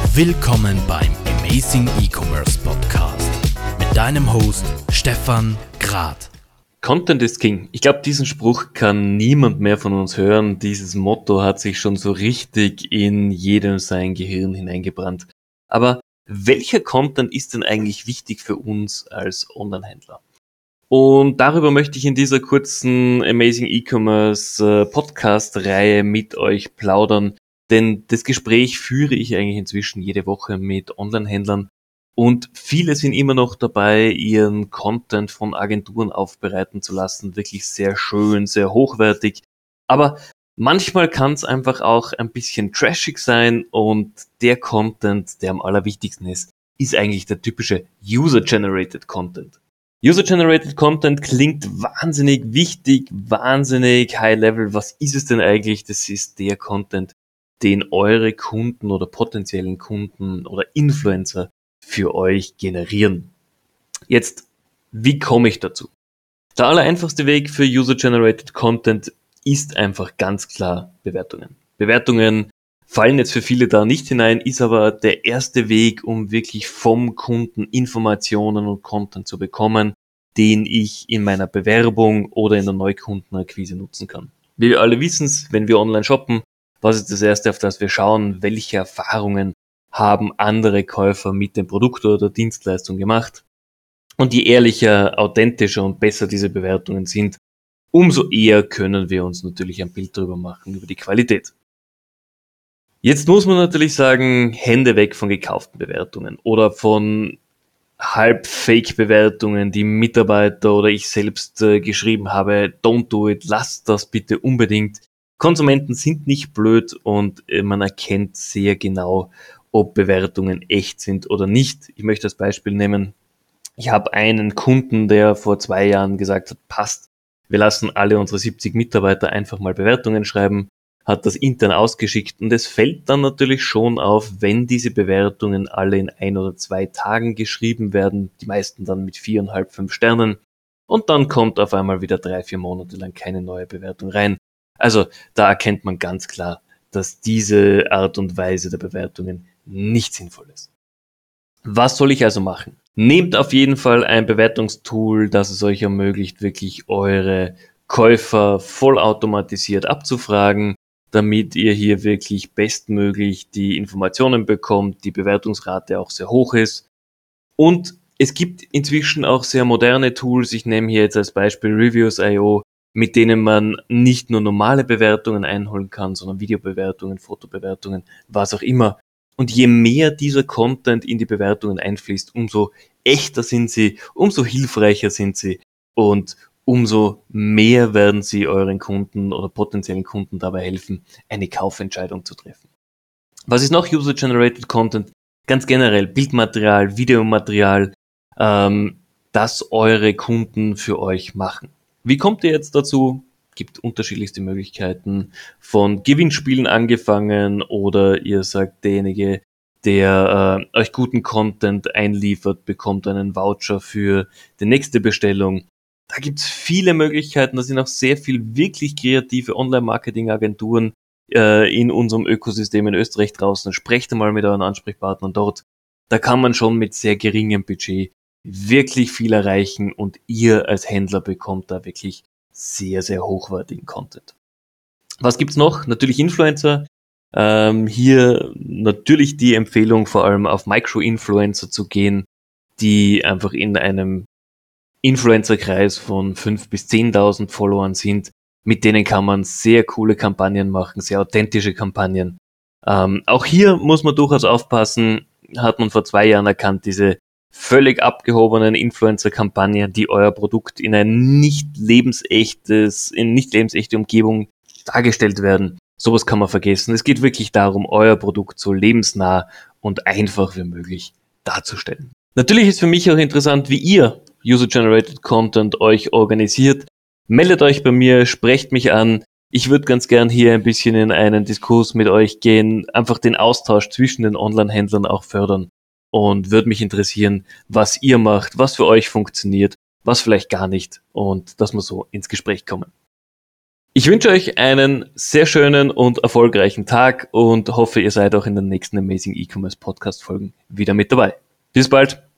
Willkommen beim Amazing E-Commerce Podcast mit deinem Host Stefan Grad. Content is King. Ich glaube, diesen Spruch kann niemand mehr von uns hören. Dieses Motto hat sich schon so richtig in jedem sein Gehirn hineingebrannt. Aber welcher Content ist denn eigentlich wichtig für uns als Online-Händler? Und darüber möchte ich in dieser kurzen Amazing E-Commerce Podcast-Reihe mit euch plaudern. Denn das Gespräch führe ich eigentlich inzwischen jede Woche mit Online-Händlern und viele sind immer noch dabei, ihren Content von Agenturen aufbereiten zu lassen. Wirklich sehr schön, sehr hochwertig. Aber manchmal kann es einfach auch ein bisschen trashig sein und der Content, der am allerwichtigsten ist eigentlich der typische User-Generated Content. User-Generated Content klingt wahnsinnig wichtig, wahnsinnig high-level. Was ist es denn eigentlich? Das ist der Content, den eure Kunden oder potenziellen Kunden oder Influencer für euch generieren. Jetzt, wie komme ich dazu? Der allereinfachste Weg für User-Generated Content ist einfach ganz klar Bewertungen. Bewertungen fallen jetzt für viele da nicht hinein, ist aber der erste Weg, um wirklich vom Kunden Informationen und Content zu bekommen, den ich in meiner Bewerbung oder in der Neukundenakquise nutzen kann. Wie wir alle wissen, wenn wir online shoppen, was ist das Erste, auf das wir schauen? Welche Erfahrungen haben andere Käufer mit dem Produkt oder der Dienstleistung gemacht? Und je ehrlicher, authentischer und besser diese Bewertungen sind, umso eher können wir uns natürlich ein Bild darüber machen, über die Qualität. Jetzt muss man natürlich sagen, Hände weg von gekauften Bewertungen oder von Halb-Fake-Bewertungen, die Mitarbeiter oder ich selbst geschrieben habe, don't do it, lasst das bitte unbedingt. Konsumenten sind nicht blöd und man erkennt sehr genau, ob Bewertungen echt sind oder nicht. Ich möchte als Beispiel nehmen, ich habe einen Kunden, der vor 2 Jahren gesagt hat, passt, wir lassen alle unsere 70 Mitarbeiter einfach mal Bewertungen schreiben, hat das intern ausgeschickt und es fällt dann natürlich schon auf, wenn diese Bewertungen alle in 1 oder 2 Tagen geschrieben werden, die meisten dann mit 4,5, 5 Sternen und dann kommt auf einmal wieder 3, 4 Monate lang keine neue Bewertung rein. Also da erkennt man ganz klar, dass diese Art und Weise der Bewertungen nicht sinnvoll ist. Was soll ich also machen? Nehmt auf jeden Fall ein Bewertungstool, das es euch ermöglicht, wirklich eure Käufer vollautomatisiert abzufragen, damit ihr hier wirklich bestmöglich die Informationen bekommt, die Bewertungsrate auch sehr hoch ist. Und es gibt inzwischen auch sehr moderne Tools, ich nehme hier jetzt als Beispiel Reviews.io, mit denen man nicht nur normale Bewertungen einholen kann, sondern Videobewertungen, Fotobewertungen, was auch immer. Und je mehr dieser Content in die Bewertungen einfließt, umso echter sind sie, umso hilfreicher sind sie und umso mehr werden sie euren Kunden oder potenziellen Kunden dabei helfen, eine Kaufentscheidung zu treffen. Was ist noch User-Generated Content? Ganz generell Bildmaterial, Videomaterial, das eure Kunden für euch machen. Wie kommt ihr jetzt dazu? Gibt unterschiedlichste Möglichkeiten, von Gewinnspielen angefangen oder ihr sagt, derjenige, der euch guten Content einliefert, bekommt einen Voucher für die nächste Bestellung. Da gibt's viele Möglichkeiten, da sind auch sehr viel wirklich kreative Online-Marketing-Agenturen in unserem Ökosystem in Österreich draußen. Sprecht einmal mit euren Ansprechpartnern dort. Da kann man schon mit sehr geringem Budget wirklich viel erreichen und ihr als Händler bekommt da wirklich sehr, sehr hochwertigen Content. Was gibt's noch? Natürlich Influencer. Hier natürlich die Empfehlung, vor allem auf Micro-Influencer zu gehen, die einfach in einem Influencer-Kreis von 5.000 bis 10.000 Followern sind. Mit denen kann man sehr coole Kampagnen machen, sehr authentische Kampagnen. Auch hier muss man durchaus aufpassen, hat man vor 2 Jahren erkannt, diese völlig abgehobenen Influencer-Kampagnen, die euer Produkt in in nicht lebensechte Umgebung dargestellt werden. Sowas kann man vergessen. Es geht wirklich darum, euer Produkt so lebensnah und einfach wie möglich darzustellen. Natürlich ist für mich auch interessant, wie ihr User-Generated Content euch organisiert. Meldet euch bei mir, sprecht mich an. Ich würde ganz gern hier ein bisschen in einen Diskurs mit euch gehen, einfach den Austausch zwischen den Online-Händlern auch fördern und würde mich interessieren, was ihr macht, was für euch funktioniert, was vielleicht gar nicht und dass wir so ins Gespräch kommen. Ich wünsche euch einen sehr schönen und erfolgreichen Tag und hoffe, ihr seid auch in den nächsten Amazing E-Commerce Podcast Folgen wieder mit dabei. Bis bald!